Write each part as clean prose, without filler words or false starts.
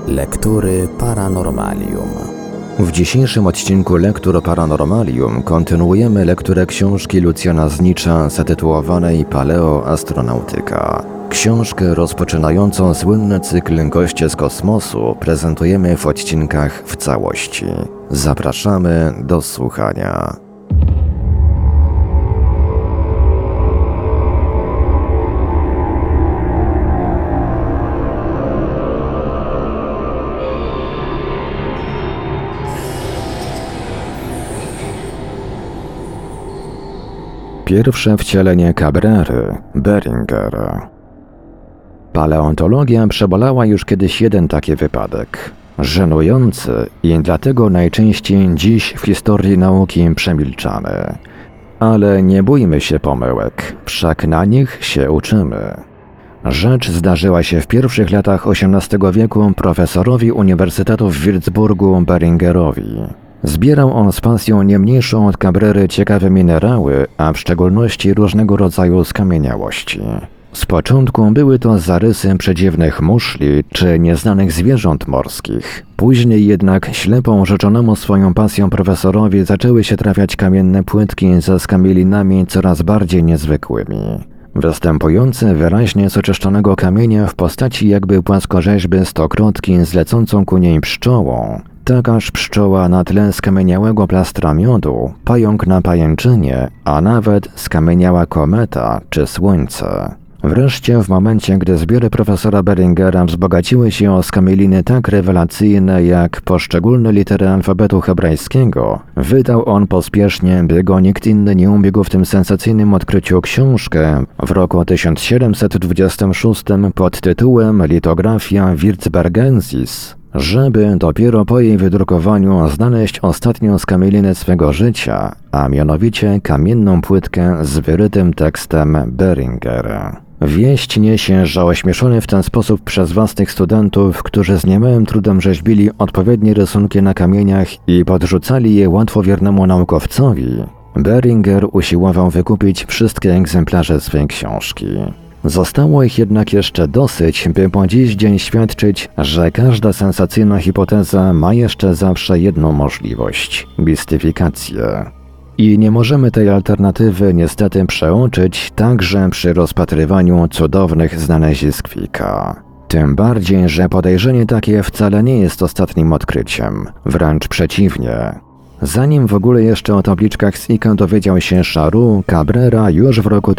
Lektury Paranormalium. W dzisiejszym odcinku Lektur Paranormalium kontynuujemy lekturę książki Lucjana Znicza zatytułowanej Paleoastronautyka. Książkę rozpoczynającą słynny cykl Goście z kosmosu prezentujemy w odcinkach w całości. Zapraszamy do słuchania. Pierwsze wcielenie Cabrery, Beringer. Paleontologia przebolała już kiedyś jeden taki wypadek. Żenujący i dlatego najczęściej dziś w historii nauki przemilczany. Ale nie bójmy się pomyłek, wszak na nich się uczymy. Rzecz zdarzyła się w pierwszych latach XVIII wieku profesorowi Uniwersytetu w Würzburgu Beringerowi. Zbierał on z pasją nie mniejszą od Cabrery ciekawe minerały, a w szczególności różnego rodzaju skamieniałości. Z początku były to zarysy przedziwnych muszli czy nieznanych zwierząt morskich. Później jednak ślepą rzeczonemu swoją pasją profesorowi zaczęły się trafiać kamienne płytki ze skamielinami coraz bardziej niezwykłymi. Występujące wyraźnie z oczyszczonego kamienia w postaci jakby płaskorzeźby stokrotki z lecącą ku niej pszczołą. Tak aż pszczoła na tle skamieniałego plastra miodu, pająk na pajęczynie, a nawet skamieniała kometa czy słońce. Wreszcie w momencie, gdy zbiory profesora Beringera wzbogaciły się o skamieliny tak rewelacyjne jak poszczególne litery alfabetu hebrajskiego, wydał on pospiesznie, by go nikt inny nie ubiegł w tym sensacyjnym odkryciu książkę w roku 1726 pod tytułem Litografia Würzburgensis, żeby dopiero po jej wydrukowaniu znaleźć ostatnią skamielinę swego życia, a mianowicie kamienną płytkę z wyrytym tekstem Beringera. Wieść niesie, że ośmieszony w ten sposób przez własnych studentów, którzy z niemałym trudem rzeźbili odpowiednie rysunki na kamieniach i podrzucali je łatwowiernemu naukowcowi, Beringer usiłował wykupić wszystkie egzemplarze swej książki. Zostało ich jednak jeszcze dosyć, by po dziś dzień świadczyć, że każda sensacyjna hipoteza ma jeszcze zawsze jedną możliwość – mistyfikację. I nie możemy tej alternatywy niestety przeoczyć także przy rozpatrywaniu cudownych znalezisk Wicca. Tym bardziej, że podejrzenie takie wcale nie jest ostatnim odkryciem, wręcz przeciwnie. Zanim w ogóle jeszcze o tabliczkach z Icca dowiedział się Charroux, Cabrera już w roku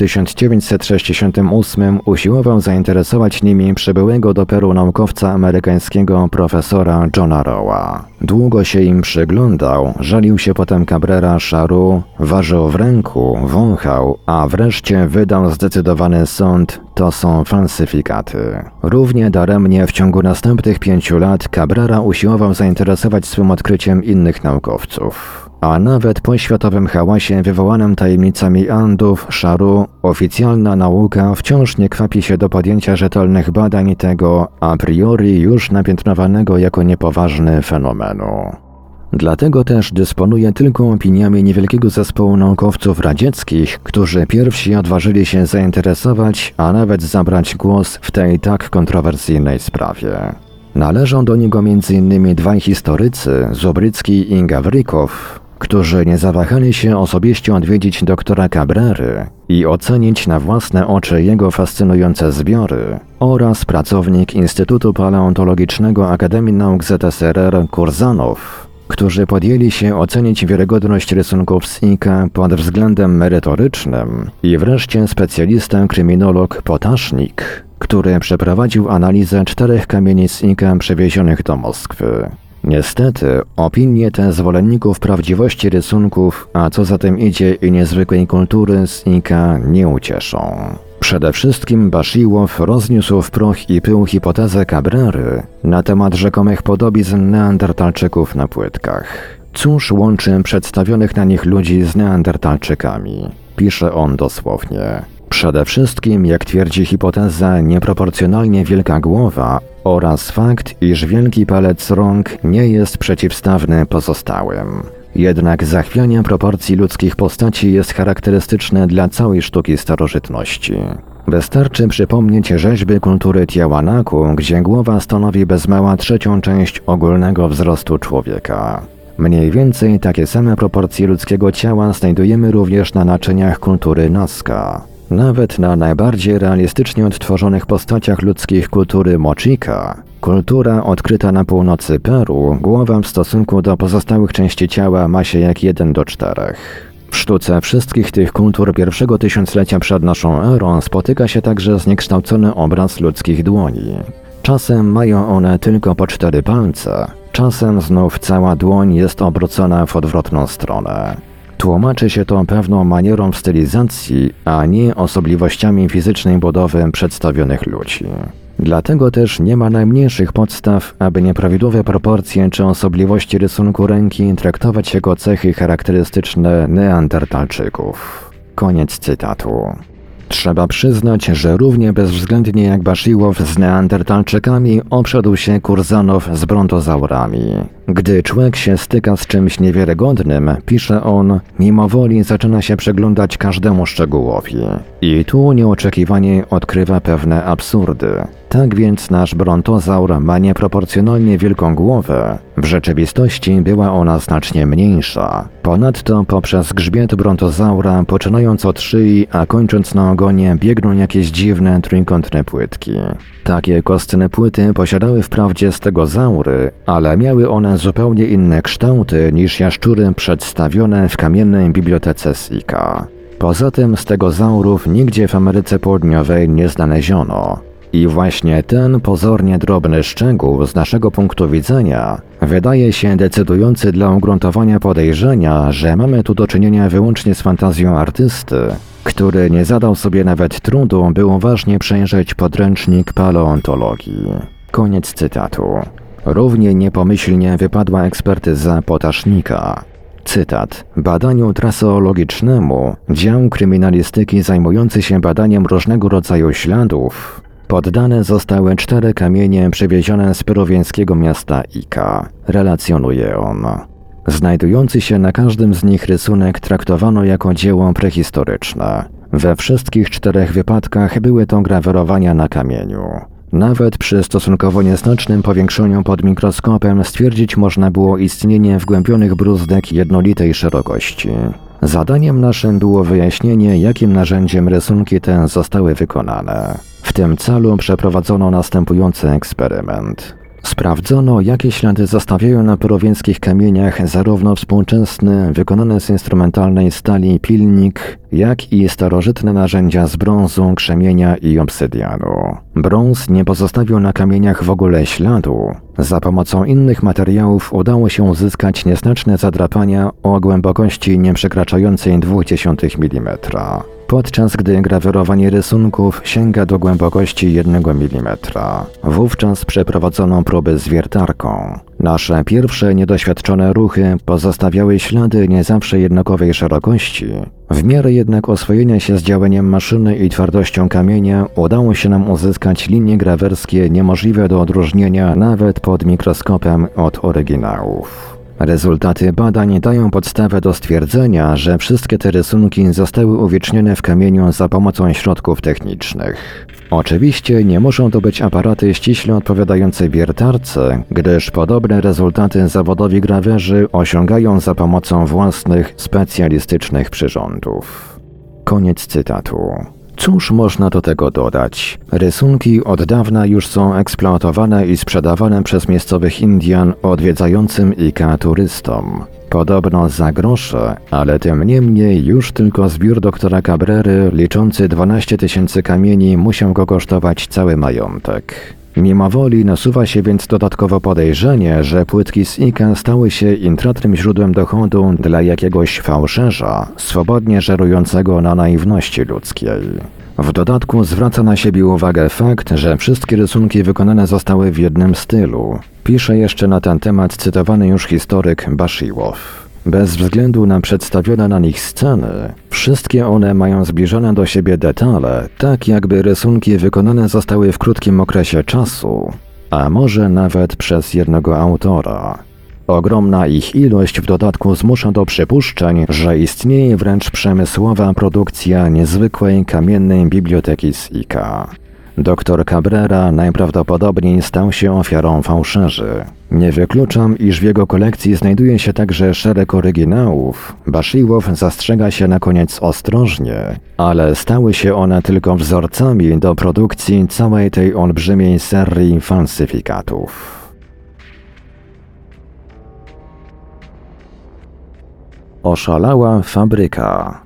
1968 usiłował zainteresować nimi przybyłego do Peru naukowca amerykańskiego profesora Johna Rowa. Długo się im przyglądał, żalił się potem Cabrera Charroux, ważył w ręku, wąchał, a wreszcie wydał zdecydowany sąd: to są falsyfikaty. Równie daremnie w ciągu następnych 5 lat Cabrera usiłował zainteresować swym odkryciem innych naukowców. A nawet po światowym hałasie wywołanym tajemnicami Andów, Charroux, oficjalna nauka wciąż nie kwapi się do podjęcia rzetelnych badań tego a priori już napiętnowanego jako niepoważny fenomenu. Dlatego też dysponuje tylko opiniami niewielkiego zespołu naukowców radzieckich, którzy pierwsi odważyli się zainteresować, a nawet zabrać głos w tej tak kontrowersyjnej sprawie. Należą do niego m.in. dwaj historycy, Zubrycki i Gawrykow, którzy nie zawahali się osobiście odwiedzić doktora Cabrery i ocenić na własne oczy jego fascynujące zbiory, oraz pracownik Instytutu Paleontologicznego Akademii Nauk ZSRR Kurzanow, którzy podjęli się ocenić wiarygodność rysunków z Icca pod względem merytorycznym, i wreszcie specjalista kryminolog Potasznik, który przeprowadził analizę 4 kamieni z Icca przewiezionych do Moskwy. Niestety, opinie te zwolenników prawdziwości rysunków, a co za tym idzie i niezwykłej kultury z Icca, nie ucieszą. Przede wszystkim Basziłow rozniósł w proch i pył hipotezę Cabrery na temat rzekomych podobizn neandertalczyków na płytkach. Cóż łączy przedstawionych na nich ludzi z neandertalczykami? Pisze on dosłownie. Przede wszystkim, jak twierdzi hipoteza, nieproporcjonalnie wielka głowa oraz fakt, iż wielki palec rąk nie jest przeciwstawny pozostałym. Jednak zachwianie proporcji ludzkich postaci jest charakterystyczne dla całej sztuki starożytności. Wystarczy przypomnieć rzeźby kultury Tiahuanacu, gdzie głowa stanowi bez mała trzecią część ogólnego wzrostu człowieka. Mniej więcej takie same proporcje ludzkiego ciała znajdujemy również na naczyniach kultury Nazca. Nawet na najbardziej realistycznie odtworzonych postaciach ludzkich kultury Mochica, kultura odkryta na północy Peru, głowa w stosunku do pozostałych części ciała ma się jak 1:4. W sztuce wszystkich tych kultur pierwszego tysiąclecia przed naszą erą spotyka się także zniekształcony obraz ludzkich dłoni. Czasem mają one tylko po 4 palce, czasem znów cała dłoń jest obrócona w odwrotną stronę. Tłumaczy się to pewną manierą stylizacji, a nie osobliwościami fizycznej budowy przedstawionych ludzi. Dlatego też nie ma najmniejszych podstaw, aby nieprawidłowe proporcje czy osobliwości rysunku ręki traktować jako cechy charakterystyczne Neandertalczyków. Koniec cytatu. Trzeba przyznać, że równie bezwzględnie jak Basziłow z Neandertalczykami obszedł się Kurzanow z brontozaurami. Gdy człowiek się styka z czymś niewiarygodnym, pisze on, mimo woli zaczyna się przyglądać każdemu szczegółowi. I tu nieoczekiwanie odkrywa pewne absurdy. Tak więc nasz brontozaur ma nieproporcjonalnie wielką głowę. W rzeczywistości była ona znacznie mniejsza. Ponadto poprzez grzbiet brontozaura, poczynając od szyi, a kończąc na ogonie, biegną jakieś dziwne, trójkątne płytki. Takie kostne płyty posiadały wprawdzie stegozaury, ale miały one zupełnie inne kształty niż jaszczury przedstawione w kamiennej bibliotece Sika. Poza tym stegozaurów nigdzie w Ameryce Południowej nie znaleziono. I właśnie ten pozornie drobny szczegół z naszego punktu widzenia wydaje się decydujący dla ugruntowania podejrzenia, że mamy tu do czynienia wyłącznie z fantazją artysty, który nie zadał sobie nawet trudu, by uważnie przejrzeć podręcznik paleontologii. Koniec cytatu. Równie niepomyślnie wypadła ekspertyza Potasznika. Cytat. Badaniu traseologicznemu, dział kryminalistyki zajmujący się badaniem różnego rodzaju śladów, poddane zostały 4 kamienie przywiezione z peruwiańskiego miasta Ica, relacjonuje on. Znajdujący się na każdym z nich rysunek traktowano jako dzieło prehistoryczne. We wszystkich 4 wypadkach były to grawerowania na kamieniu. Nawet przy stosunkowo nieznacznym powiększeniu pod mikroskopem stwierdzić można było istnienie wgłębionych bruzdek jednolitej szerokości. Zadaniem naszym było wyjaśnienie, jakim narzędziem rysunki te zostały wykonane. W tym celu przeprowadzono następujący eksperyment. Sprawdzono, jakie ślady zostawiają na peruwiańskich kamieniach zarówno współczesny, wykonany z instrumentalnej stali pilnik, jak i starożytne narzędzia z brązu, krzemienia i obsydianu. Brąz nie pozostawił na kamieniach w ogóle śladu. Za pomocą innych materiałów udało się uzyskać nieznaczne zadrapania o głębokości nie przekraczającej 0,2 mm. Podczas gdy grawerowanie rysunków sięga do głębokości 1 mm. Wówczas przeprowadzono próby z wiertarką. Nasze pierwsze niedoświadczone ruchy pozostawiały ślady nie zawsze jednakowej szerokości. W miarę jednak oswojenia się z działaniem maszyny i twardością kamienia udało się nam uzyskać linie grawerskie niemożliwe do odróżnienia nawet pod mikroskopem od oryginałów. Rezultaty badań dają podstawę do stwierdzenia, że wszystkie te rysunki zostały uwiecznione w kamieniu za pomocą środków technicznych. Oczywiście nie muszą to być aparaty ściśle odpowiadające wiertarce, gdyż podobne rezultaty zawodowi grawerzy osiągają za pomocą własnych, specjalistycznych przyrządów. Koniec cytatu. Cóż można do tego dodać? Rysunki od dawna już są eksploatowane i sprzedawane przez miejscowych Indian odwiedzającym Ica turystom. Podobno za grosze, ale tym niemniej już tylko zbiór doktora Cabrery liczący 12 000 kamieni musiał go kosztować cały majątek. Mimo woli nasuwa się więc dodatkowo podejrzenie, że płytki z Ica stały się intratnym źródłem dochodu dla jakiegoś fałszerza, swobodnie żerującego na naiwności ludzkiej. W dodatku zwraca na siebie uwagę fakt, że wszystkie rysunki wykonane zostały w jednym stylu. Pisze jeszcze na ten temat cytowany już historyk Basziłow. Bez względu na przedstawione na nich sceny, wszystkie one mają zbliżone do siebie detale, tak jakby rysunki wykonane zostały w krótkim okresie czasu, a może nawet przez jednego autora. Ogromna ich ilość w dodatku zmusza do przypuszczeń, że istnieje wręcz przemysłowa produkcja niezwykłej kamiennej biblioteki z Ica. Dr Cabrera najprawdopodobniej stał się ofiarą fałszerzy. Nie wykluczam, iż w jego kolekcji znajduje się także szereg oryginałów. Bashiłow zastrzega się na koniec ostrożnie, ale stały się one tylko wzorcami do produkcji całej tej olbrzymiej serii falsyfikatów. Oszalała fabryka.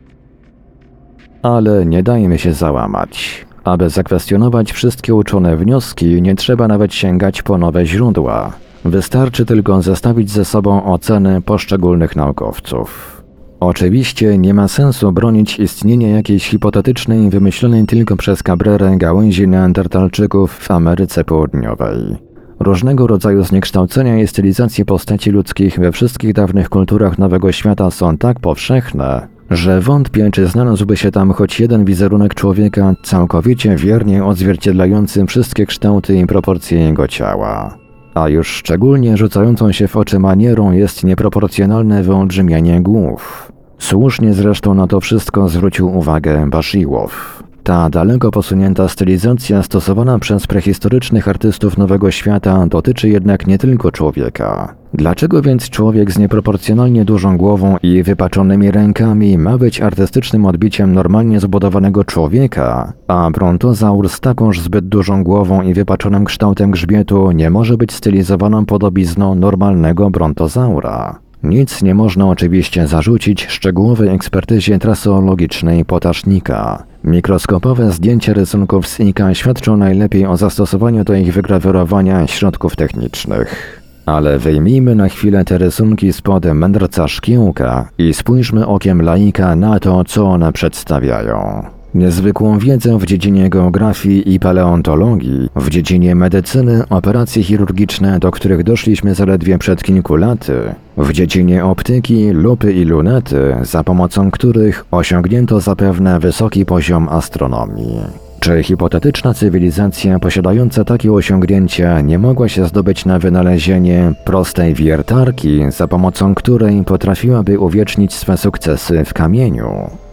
Ale nie dajmy się załamać. Aby zakwestionować wszystkie uczone wnioski, nie trzeba nawet sięgać po nowe źródła. Wystarczy tylko zestawić ze sobą oceny poszczególnych naukowców. Oczywiście nie ma sensu bronić istnienia jakiejś hipotetycznej, wymyślonej tylko przez Cabrerę gałęzi neandertalczyków w Ameryce Południowej. Różnego rodzaju zniekształcenia i stylizacje postaci ludzkich we wszystkich dawnych kulturach Nowego Świata są tak powszechne, że wątpię, czy znalazłby się tam choć jeden wizerunek człowieka całkowicie wiernie odzwierciedlający wszystkie kształty i proporcje jego ciała. A już szczególnie rzucającą się w oczy manierą jest nieproporcjonalne wyolbrzymianie głów. Słusznie zresztą na to wszystko zwrócił uwagę Bashiłow. Ta daleko posunięta stylizacja stosowana przez prehistorycznych artystów Nowego Świata dotyczy jednak nie tylko człowieka. Dlaczego więc człowiek z nieproporcjonalnie dużą głową i wypaczonymi rękami ma być artystycznym odbiciem normalnie zbudowanego człowieka, a brontozaur z takąż zbyt dużą głową i wypaczonym kształtem grzbietu nie może być stylizowaną podobizną normalnego brontozaura? Nic nie można oczywiście zarzucić szczegółowej ekspertyzie traseologicznej Potasznika. Mikroskopowe zdjęcia rysunków z Ica świadczą najlepiej o zastosowaniu do ich wygrawerowania środków technicznych. Ale wyjmijmy na chwilę te rysunki spod mędrca szkiełka i spójrzmy okiem laika na to, co one przedstawiają. Niezwykłą wiedzę w dziedzinie geografii i paleontologii, w dziedzinie medycyny, operacje chirurgiczne, do których doszliśmy zaledwie przed kilku laty, w dziedzinie optyki, lupy i lunety, za pomocą których osiągnięto zapewne wysoki poziom astronomii. Czy hipotetyczna cywilizacja posiadająca takie osiągnięcia nie mogła się zdobyć na wynalezienie prostej wiertarki, za pomocą której potrafiłaby uwiecznić swe sukcesy w kamieniu?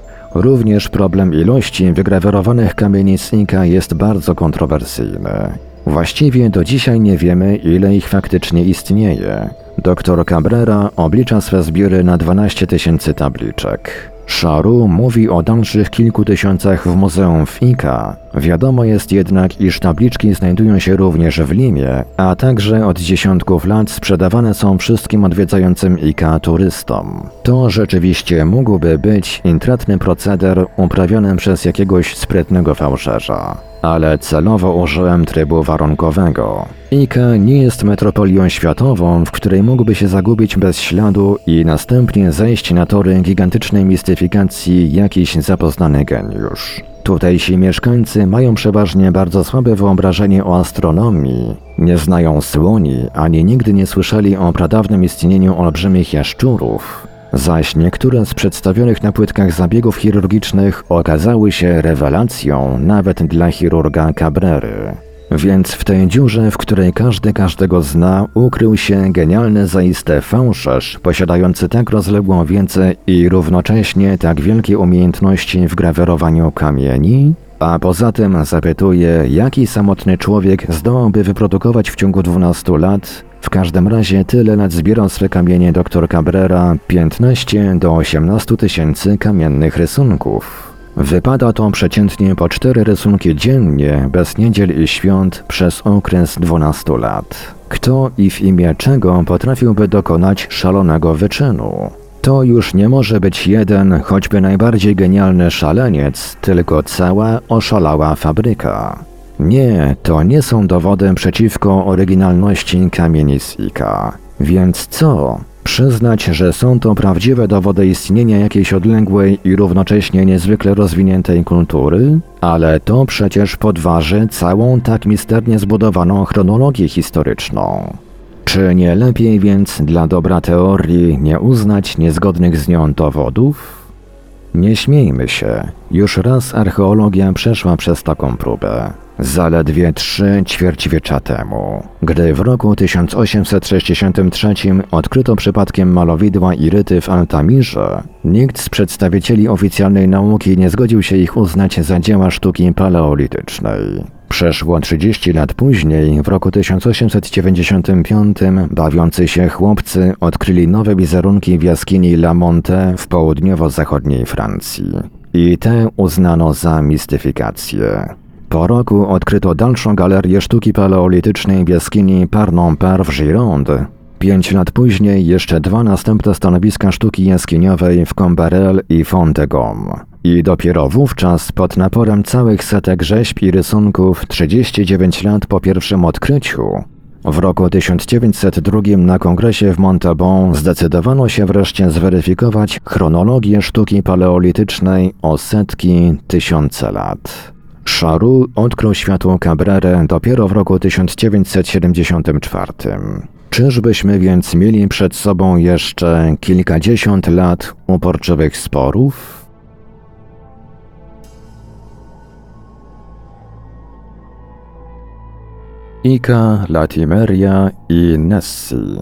Również problem ilości wygrawerowanych kamieni z Ica jest bardzo kontrowersyjny. Właściwie do dzisiaj nie wiemy, ile ich faktycznie istnieje. Dr Cabrera oblicza swe zbiory na 12 000 tabliczek. Charoux mówi o dalszych kilku tysiącach w muzeum w Ica. Wiadomo jest jednak, iż tabliczki znajdują się również w Limie, a także od dziesiątków lat sprzedawane są wszystkim odwiedzającym Ica turystom. To rzeczywiście mógłby być intratny proceder uprawiony przez jakiegoś sprytnego fałszerza. Ale celowo użyłem trybu warunkowego. Ica nie jest metropolią światową, w której mógłby się zagubić bez śladu i następnie zejść na tory gigantycznej mistyfikacji jakiś zapoznany geniusz. Tutejsi mieszkańcy mają przeważnie bardzo słabe wyobrażenie o astronomii, nie znają słoni, ani nigdy nie słyszeli o pradawnym istnieniu olbrzymich jaszczurów. Zaś niektóre z przedstawionych na płytkach zabiegów chirurgicznych okazały się rewelacją nawet dla chirurga Cabrery. Więc w tej dziurze, w której każdy każdego zna, ukrył się genialny zaiste fałszerz, posiadający tak rozległą wiedzę i równocześnie tak wielkie umiejętności w grawerowaniu kamieni? A poza tym zapytuję, jaki samotny człowiek zdołałby wyprodukować w ciągu 12 lat, w każdym razie tyle lat zbierał swe kamienie dr Cabrera, 15 do 18 tysięcy kamiennych rysunków. Wypada to przeciętnie po 4 rysunki dziennie, bez niedziel i świąt, przez okres 12 lat. Kto i w imię czego potrafiłby dokonać szalonego wyczynu? To już nie może być jeden, choćby najbardziej genialny szaleniec, tylko cała oszalała fabryka. Nie, to nie są dowody przeciwko oryginalności kamieni z Ica. Więc co? Przyznać, że są to prawdziwe dowody istnienia jakiejś odległej i równocześnie niezwykle rozwiniętej kultury? Ale to przecież podważy całą tak misternie zbudowaną chronologię historyczną. Czy nie lepiej więc dla dobra teorii nie uznać niezgodnych z nią dowodów? Nie śmiejmy się, już raz archeologia przeszła przez taką próbę. zaledwie 3 ćwierćwiecza temu, gdy w roku 1863 odkryto przypadkiem malowidła i ryty w Altamirze, nikt z przedstawicieli oficjalnej nauki nie zgodził się ich uznać za dzieła sztuki paleolitycznej. Przeszło 30 lat później, w roku 1895, bawiący się chłopcy odkryli nowe wizerunki w jaskini La Monte w południowo-zachodniej Francji. I te uznano za mistyfikację. Po roku odkryto dalszą galerię sztuki paleolitycznej w jaskini Parnon-Père w Gironde. 5 lat później jeszcze 2 następne stanowiska sztuki jaskiniowej w Combarel i Font-de-Gaume. I dopiero wówczas, pod naporem całych setek rzeźb i rysunków, 39 lat po pierwszym odkryciu, w roku 1902 na kongresie w Montauban zdecydowano się wreszcie zweryfikować chronologię sztuki paleolitycznej o setki, tysiące lat. Charroux odkrył światło Cabrérę dopiero w roku 1974. Czyżbyśmy więc mieli przed sobą jeszcze kilkadziesiąt lat uporczywych sporów? Ica, Latimeria i Nessie.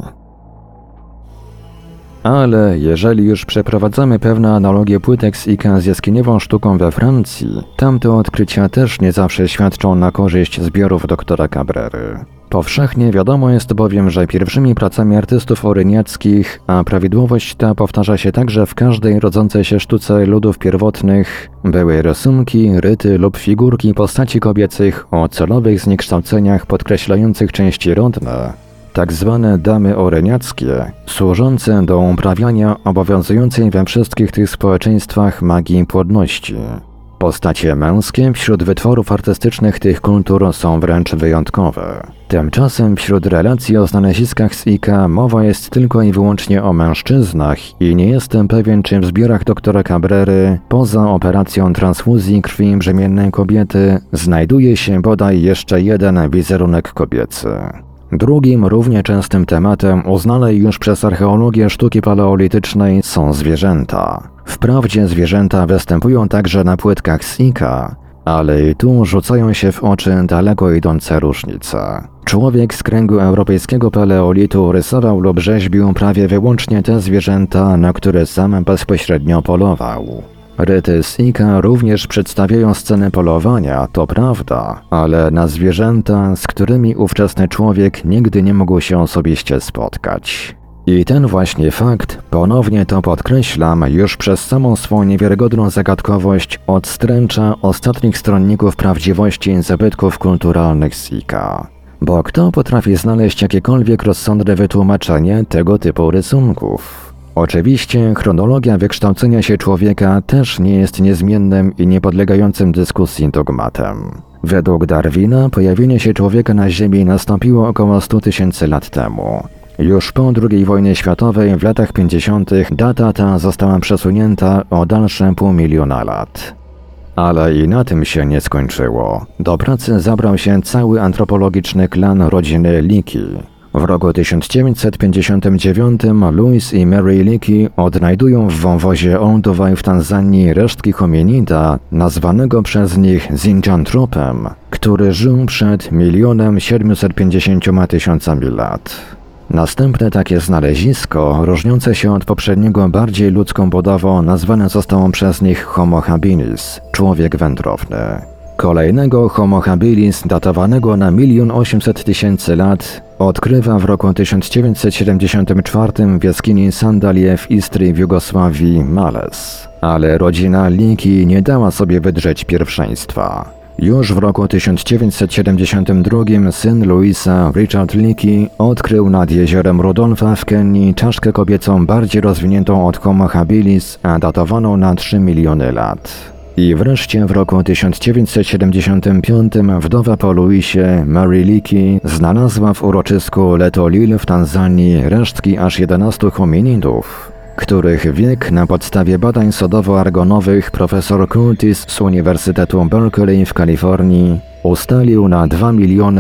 Ale jeżeli już przeprowadzamy pewne analogie płytek z Ica z jaskiniową sztuką we Francji, tamte odkrycia też nie zawsze świadczą na korzyść zbiorów doktora Cabrery. Powszechnie wiadomo jest bowiem, że pierwszymi pracami artystów oryniackich, a prawidłowość ta powtarza się także w każdej rodzącej się sztuce ludów pierwotnych, były rysunki, ryty lub figurki postaci kobiecych o celowych zniekształceniach podkreślających części rodne, tak zwane damy oryniackie, służące do uprawiania obowiązującej we wszystkich tych społeczeństwach magii płodności. Postacie męskie wśród wytworów artystycznych tych kultur są wręcz wyjątkowe. Tymczasem wśród relacji o znaleziskach z Ica mowa jest tylko i wyłącznie o mężczyznach i nie jestem pewien, czy w zbiorach doktora Cabrery, poza operacją transfuzji krwi brzemiennej kobiety, znajduje się bodaj jeszcze jeden wizerunek kobiecy. Drugim równie częstym tematem uznanej już przez archeologię sztuki paleolitycznej są zwierzęta. Wprawdzie zwierzęta występują także na płytkach z Ica, ale i tu rzucają się w oczy daleko idące różnice. Człowiek z kręgu europejskiego paleolitu rysował lub rzeźbił prawie wyłącznie te zwierzęta, na które sam bezpośrednio polował. Ryty z Ica również przedstawiają scenę polowania, to prawda, ale na zwierzęta, z którymi ówczesny człowiek nigdy nie mógł się osobiście spotkać. I ten właśnie fakt, ponownie to podkreślam, już przez samą swą niewiarygodną zagadkowość odstręcza ostatnich stronników prawdziwości zabytków kulturalnych z Ica. Bo kto potrafi znaleźć jakiekolwiek rozsądne wytłumaczenie tego typu rysunków? Oczywiście chronologia wykształcenia się człowieka też nie jest niezmiennym i niepodlegającym dyskusji dogmatem. Według Darwina pojawienie się człowieka na Ziemi nastąpiło około 100 000 lat temu. Już po II wojnie światowej w latach 50. data ta została przesunięta o dalsze 500 000 lat. Ale i na tym się nie skończyło. Do pracy zabrał się cały antropologiczny klan rodziny Leakey. W roku 1959 Louis i Mary Leakey odnajdują w wąwozie Olduvai w Tanzanii resztki hominida, nazwanego przez nich Zinjanthropem, który żył przed 1 750 000 lat. Następne takie znalezisko, różniące się od poprzedniego bardziej ludzką budową, nazwane zostało przez nich Homo habilis, człowiek wędrowny. Kolejnego Homo habilis, datowanego na 1 800 000 lat, odkrywa w roku 1974 w jaskini Sandalie w Istrii w Jugosławii Males. Ale rodzina Leakey nie dała sobie wydrzeć pierwszeństwa. Już w roku 1972 syn Louisa, Richard Leakey, odkrył nad jeziorem Rudolfa w Kenii czaszkę kobiecą bardziej rozwiniętą od Homo habilis, a datowaną na 3 miliony lat. I wreszcie w roku 1975 wdowa po Louisie, Mary Leakey, znalazła w uroczysku Letolil w Tanzanii resztki aż 11 hominidów, których wiek na podstawie badań sodowo-argonowych profesor Curtis z Uniwersytetu Berkeley w Kalifornii ustalił na 2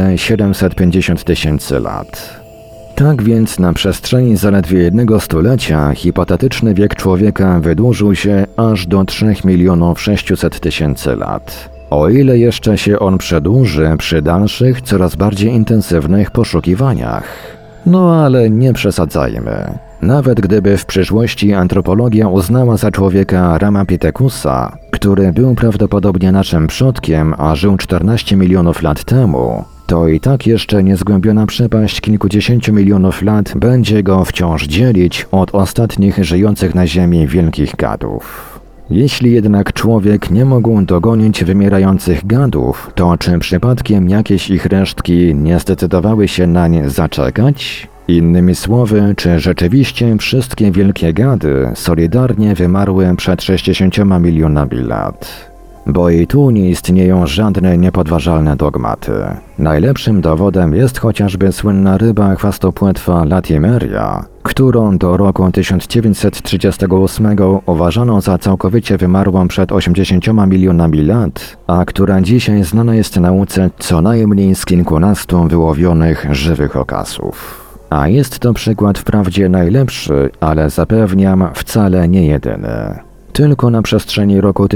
750 000 lat. Tak więc na przestrzeni zaledwie 1 stulecia hipotetyczny wiek człowieka wydłużył się aż do 3 600 000 lat. O ile jeszcze się on przedłuży przy dalszych, coraz bardziej intensywnych poszukiwaniach. No ale nie przesadzajmy. Nawet gdyby w przyszłości antropologia uznała za człowieka Ramapithekusa, który był prawdopodobnie naszym przodkiem, a żył 14 milionów lat temu, to i tak jeszcze niezgłębiona przepaść kilkudziesięciu milionów lat będzie go wciąż dzielić od ostatnich żyjących na Ziemi wielkich gadów. Jeśli jednak człowiek nie mógł dogonić wymierających gadów, to czy przypadkiem jakieś ich resztki nie zdecydowały się nań zaczekać? Innymi słowy, czy rzeczywiście wszystkie wielkie gady solidarnie wymarły przed 60 milionami lat? Bo i tu nie istnieją żadne niepodważalne dogmaty. Najlepszym dowodem jest chociażby słynna ryba chwastopłetwa Latimeria, którą do roku 1938 uważano za całkowicie wymarłą przed 80 milionami lat, a która dzisiaj znana jest nauce co najmniej z kilkunastu wyłowionych żywych okazów. A jest to przykład wprawdzie najlepszy, ale zapewniam wcale nie jedyny. Tylko na przestrzeni roku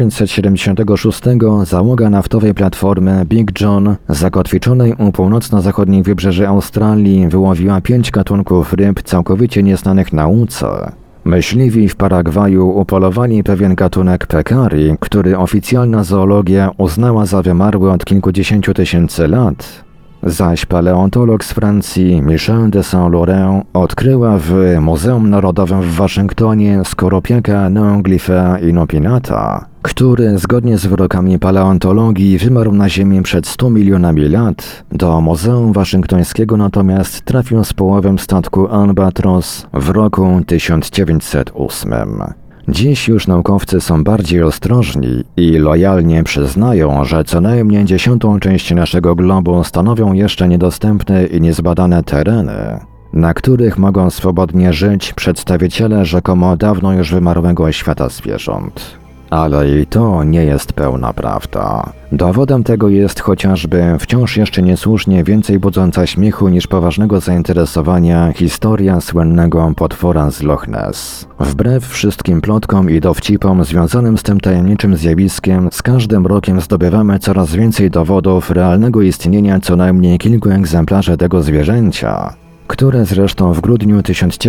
1976 załoga naftowej platformy Big John, zakotwiczonej u północno-zachodnich wybrzeży Australii, wyłowiła 5 gatunków ryb całkowicie nieznanych nauce. Myśliwi w Paragwaju upolowali pewien gatunek pekari, który oficjalna zoologia uznała za wymarły od kilkudziesięciu tysięcy lat. Zaś paleontolog z Francji Michel de Saint-Laurent odkryła w Muzeum Narodowym w Waszyngtonie Scoropieca neoglypha inopinata, który zgodnie z wyrokami paleontologii wymarł na Ziemi przed 100 milionami lat. Do Muzeum Waszyngtońskiego natomiast trafił z połowem statku Albatros w roku 1908. Dziś już naukowcy są bardziej ostrożni i lojalnie przyznają, że co najmniej 10. część naszego globu stanowią jeszcze niedostępne i niezbadane tereny, na których mogą swobodnie żyć przedstawiciele rzekomo dawno już wymarłego świata zwierząt. Ale i to nie jest pełna prawda. Dowodem tego jest chociażby wciąż jeszcze niesłusznie więcej budząca śmiechu niż poważnego zainteresowania historia słynnego potwora z Loch Ness. Wbrew wszystkim plotkom i dowcipom związanym z tym tajemniczym zjawiskiem, z każdym rokiem zdobywamy coraz więcej dowodów realnego istnienia co najmniej kilku egzemplarzy tego zwierzęcia, które zresztą w grudniu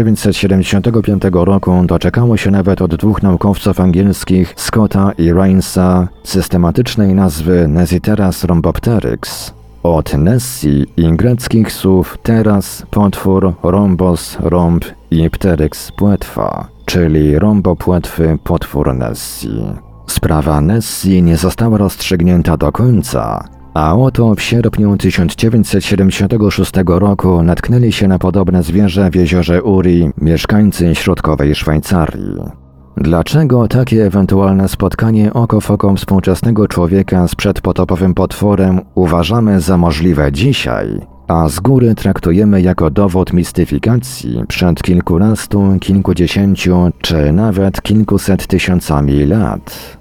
1975 roku doczekało się nawet od 2 naukowców angielskich, Scotta i Rainsa, systematycznej nazwy Nesiteras rhombopteryx, od Nessi i greckich słów teras, potwór, rhombos, rąb i pteryx, płetwa, czyli rhombopłetwy potwór Nessi. Sprawa Nessi nie została rozstrzygnięta do końca, a oto w sierpniu 1976 roku natknęli się na podobne zwierzę w jeziorze Uri mieszkańcy środkowej Szwajcarii. Dlaczego takie ewentualne spotkanie oko w oko współczesnego człowieka z przedpotopowym potworem uważamy za możliwe dzisiaj, a z góry traktujemy jako dowód mistyfikacji przed kilkunastu, kilkudziesięciu czy nawet kilkuset tysiącami lat?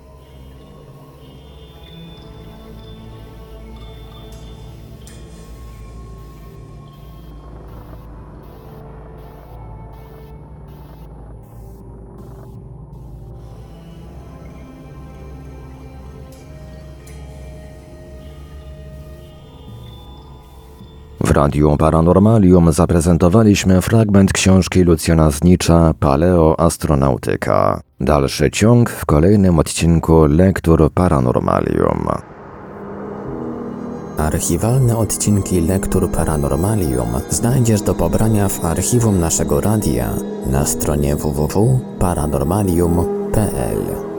W Radiu Paranormalium zaprezentowaliśmy fragment książki Lucjana Znicza Paleoastronautyka. Dalszy ciąg w kolejnym odcinku Lektur Paranormalium. Archiwalne odcinki Lektur Paranormalium znajdziesz do pobrania w archiwum naszego radia na stronie www.paranormalium.pl.